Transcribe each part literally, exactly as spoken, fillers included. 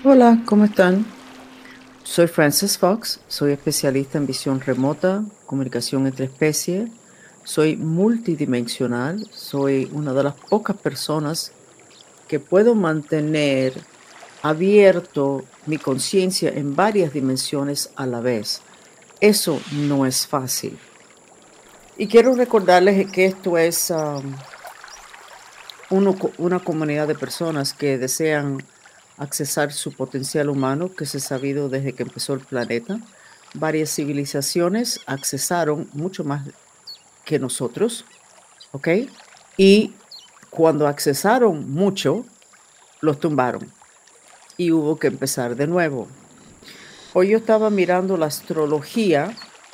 Hola, ¿cómo están? Soy Frances Fox, soy especialista en visión remota, comunicación entre especies, soy multidimensional, soy una de las pocas personas que puedo mantener abierto mi conciencia en varias dimensiones a la vez. Eso no es fácil. Y quiero recordarles que esto es um, uno, una comunidad de personas que desean accesar su potencial humano que se ha sabido desde que empezó el planeta. Varias civilizaciones accesaron mucho más que nosotros, ¿ok? Y cuando accesaron mucho, los tumbaron y hubo que empezar de nuevo. Hoy yo estaba mirando la astrología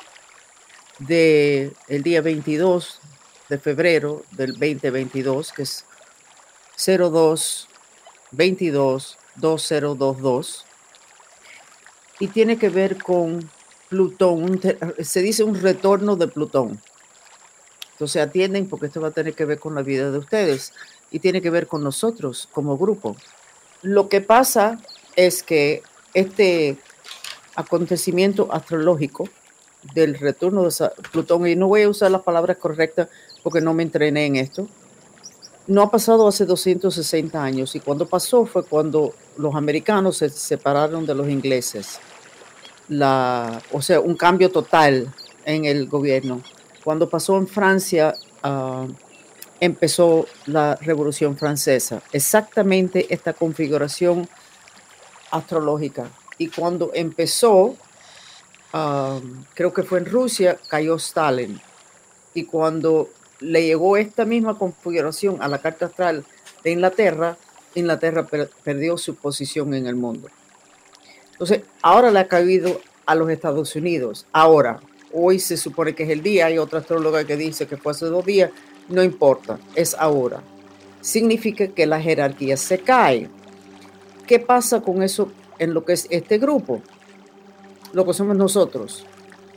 del día veintidós de febrero del veinte veintidós, que es cero dos veintidós dos mil veintidós, y tiene que ver con Plutón, un te- se dice un retorno de Plutón. Entonces atienden porque esto va a tener que ver con la vida de ustedes y tiene que ver con nosotros como grupo. Lo que pasa es que este acontecimiento astrológico del retorno de Sa- Plutón, y no voy a usar las palabras correctas porque no me entrené en esto, no ha pasado hace doscientos sesenta años, y cuando pasó fue cuando los americanos se separaron de los ingleses. La, o sea, un cambio total en el gobierno. Cuando pasó en Francia, uh, empezó la Revolución Francesa. Exactamente esta configuración astrológica. Y cuando empezó, uh, creo que fue en Rusia, cayó Stalin. Y cuando le llegó esta misma configuración a la carta astral de Inglaterra, Inglaterra per perdió su posición en el mundo. Entonces, ahora le ha caído a los Estados Unidos. Ahora, hoy se supone que es el día, hay otra astróloga que dice que fue hace dos días, no importa, es ahora. Significa que la jerarquía se cae. ¿Qué pasa con eso en lo que es este grupo? Lo que somos nosotros.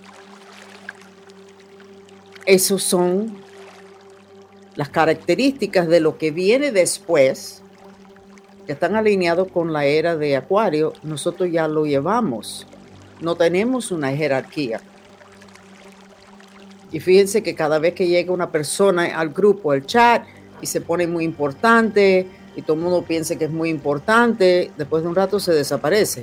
Esos son las características de lo que viene después, que están alineados con la era de Acuario. Nosotros ya lo llevamos. No tenemos una jerarquía. Y fíjense que cada vez que llega una persona al grupo, al chat, y se pone muy importante, y todo el mundo piensa que es muy importante, después de un rato se desaparece.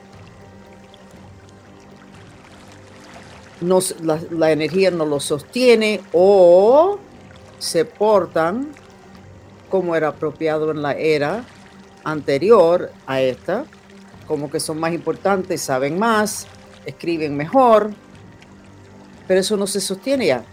Nos, la, la energía no lo sostiene, o se portan como era apropiado en la era anterior a esta, como que son más importantes, saben más, escriben mejor, pero eso no se sostiene ya.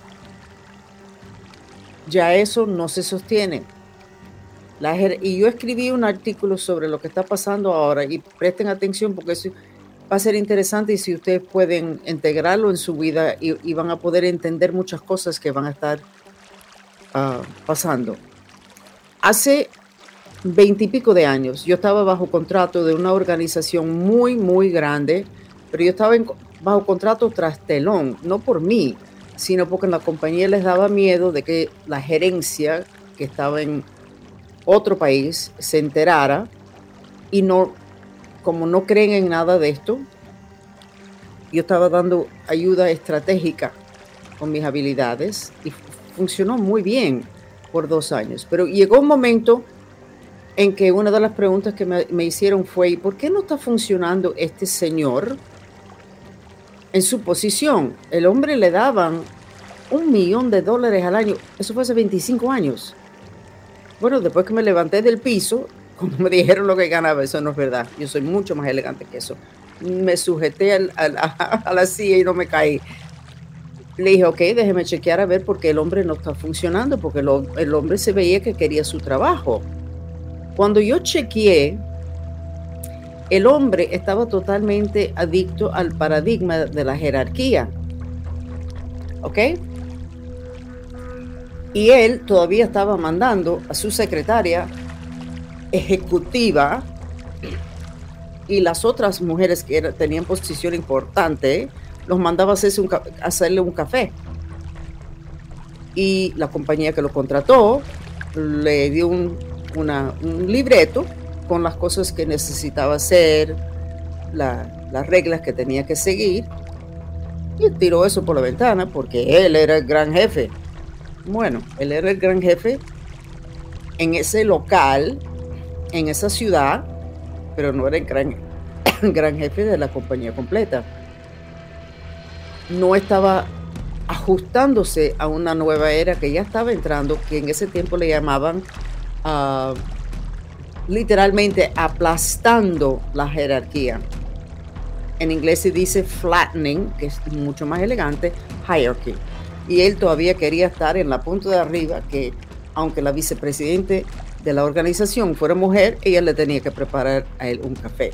Ya eso no se sostiene. La, y yo escribí un artículo sobre lo que está pasando ahora, y presten atención porque eso va a ser interesante, y si ustedes pueden integrarlo en su vida y, y van a poder entender muchas cosas que van a estar uh, pasando. Hace veintipico de años yo estaba bajo contrato de una organización muy, muy grande, pero yo estaba en, bajo contrato tras telón, no por mí, sino porque la compañía les daba miedo de que la gerencia que estaba en otro país se enterara, y no, como no creen en nada de esto, yo estaba dando ayuda estratégica con mis habilidades y funcionó muy bien por dos años. Pero llegó un momento en que una de las preguntas que me, me hicieron fue: ¿por qué no está funcionando este señor en su posición? El hombre le daban un millón de dólares al año. Eso fue hace veinticinco años. Bueno, después que me levanté del piso, cuando me dijeron lo que ganaba, eso no es verdad. Yo soy mucho más elegante que eso. Me sujeté al, al, a, a la silla y no me caí. Le dije, ok, déjeme chequear a ver por qué el hombre no está funcionando, porque lo, el hombre se veía que quería su trabajo. Cuando yo chequeé, el hombre estaba totalmente adicto al paradigma de la jerarquía. ¿Ok? Y él todavía estaba mandando a su secretaria ejecutiva, y las otras mujeres que era, tenían posición importante, los mandaba a hacerse un, a hacerle un café. Y la compañía que lo contrató le dio un, una, un libreto con las cosas que necesitaba hacer, la, las reglas que tenía que seguir, y tiró eso por la ventana porque él era el gran jefe. Bueno, él era el gran jefe en ese local, en esa ciudad, pero no era el gran, gran jefe de la compañía completa. No estaba ajustándose a una nueva era que ya estaba entrando, que en ese tiempo le llamaban uh, literalmente aplastando la jerarquía. En inglés se dice flattening, que es mucho más elegante, hierarchy. Y él todavía quería estar en la punta de arriba, que aunque la vicepresidente de la organización fuera mujer, ella le tenía que preparar a él un café.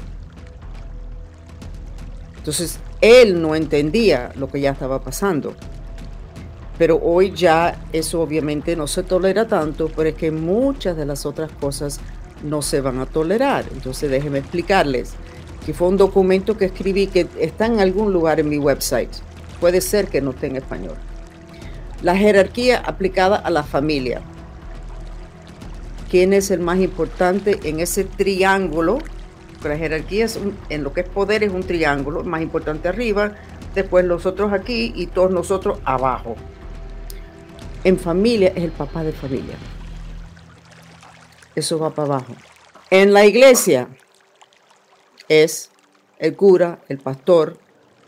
Entonces, él no entendía lo que ya estaba pasando. Pero hoy ya eso obviamente no se tolera tanto, pero es que muchas de las otras cosas no se van a tolerar. Entonces, déjenme explicarles que fue un documento que escribí que está en algún lugar en mi website. Puede ser que no esté en español. La jerarquía aplicada a la familia. ¿Quién es el más importante en ese triángulo? La jerarquía es un, en lo que es poder es un triángulo, más importante arriba, después los otros aquí y todos nosotros abajo. En familia es el papá de familia. Eso va para abajo. En la iglesia es el cura, el pastor.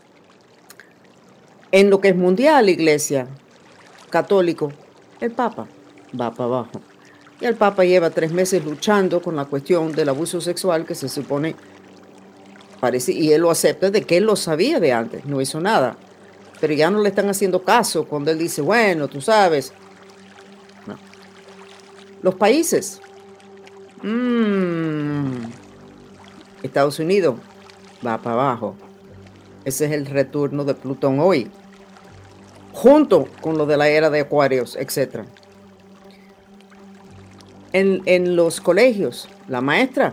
En lo que es mundial, iglesia, católico, el papa va para abajo. Y el papa lleva tres meses luchando con la cuestión del abuso sexual que se supone, parece, y él lo acepta de que él lo sabía de antes, no hizo nada. Pero ya no le están haciendo caso cuando él dice, bueno, tú sabes. No. Los países. Mm. Estados Unidos va para abajo. Ese es el retorno de Plutón hoy. Junto con lo de la era de Acuarios, etcétera. En, en los colegios, la maestra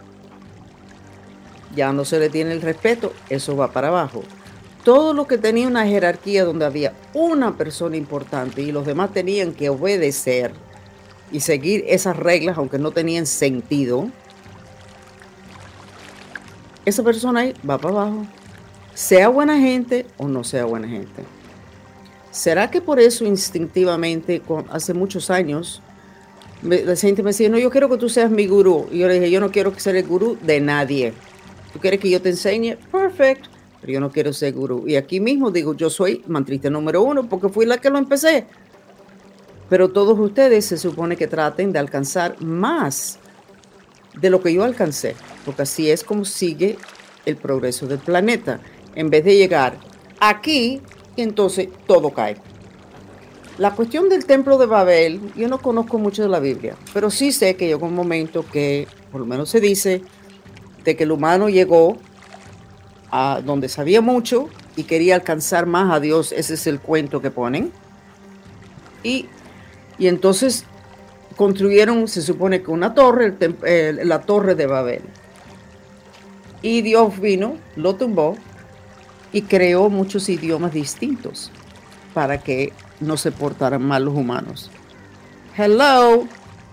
ya no se le tiene el respeto, eso va para abajo. Todo lo que tenía una jerarquía donde había una persona importante y los demás tenían que obedecer y seguir esas reglas, aunque no tenían sentido, esa persona ahí va para abajo. Sea buena gente o no sea buena gente. ¿Será que por eso instintivamente, hace muchos años, la gente me decía, no, yo quiero que tú seas mi gurú? Y yo le dije, yo no quiero ser el gurú de nadie. ¿Tú quieres que yo te enseñe? Perfecto. Pero yo no quiero ser gurú. Y aquí mismo digo, yo soy mantrista número uno porque fui la que lo empecé. Pero todos ustedes se supone que traten de alcanzar más de lo que yo alcancé. Porque así es como sigue el progreso del planeta. En vez de llegar aquí, entonces todo cae. La cuestión del templo de Babel, yo no conozco mucho de la Biblia, pero sí sé que llegó un momento que, por lo menos se dice, de que el humano llegó a donde sabía mucho y quería alcanzar más a Dios. Ese es el cuento que ponen. Y, y entonces construyeron, se supone que una torre, el tem- eh, la torre de Babel. Y Dios vino, lo tumbó y creó muchos idiomas distintos para que no se portaran mal los humanos. Hello.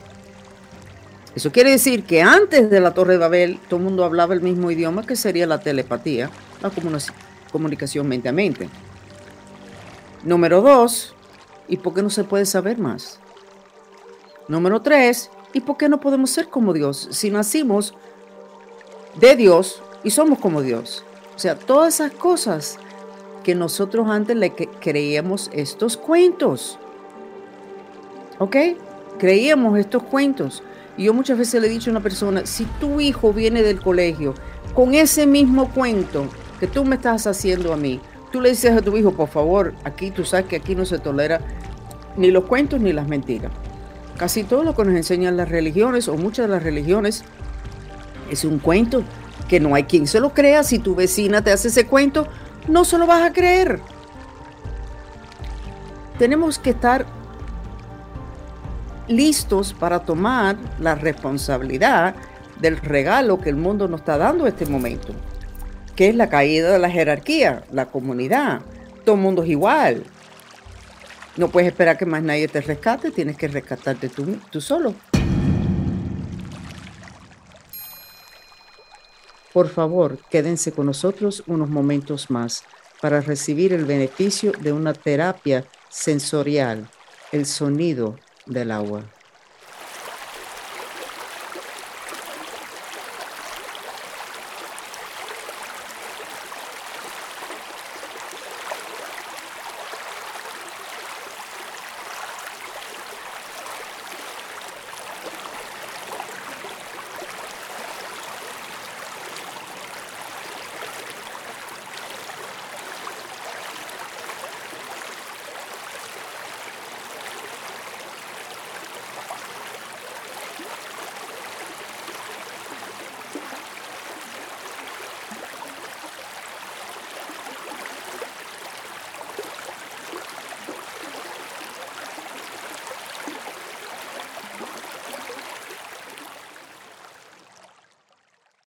Eso quiere decir que antes de la Torre de Babel todo el mundo hablaba el mismo idioma, que sería la telepatía, la comunicación mente a mente. Número dos, ¿y por qué no se puede saber más? Número tres, ¿y por qué no podemos ser como Dios si nacimos de Dios y somos como Dios? O sea, todas esas cosas que nosotros antes le creíamos estos cuentos. ¿Ok? Creíamos estos cuentos. Y yo muchas veces le he dicho a una persona, si tu hijo viene del colegio con ese mismo cuento que tú me estás haciendo a mí, tú le dices a tu hijo, por favor, aquí tú sabes que aquí no se tolera ni los cuentos ni las mentiras. Casi todo lo que nos enseñan las religiones, o muchas de las religiones, es un cuento que no hay quien se lo crea. Si tu vecina te hace ese cuento, no se lo vas a creer. Tenemos que estar listos para tomar la responsabilidad del regalo que el mundo nos está dando en este momento, que es la caída de la jerarquía, la comunidad. Todo el mundo es igual. No puedes esperar que más nadie te rescate, tienes que rescatarte tú, tú solo. Por favor, quédense con nosotros unos momentos más para recibir el beneficio de una terapia sensorial, el sonido del agua.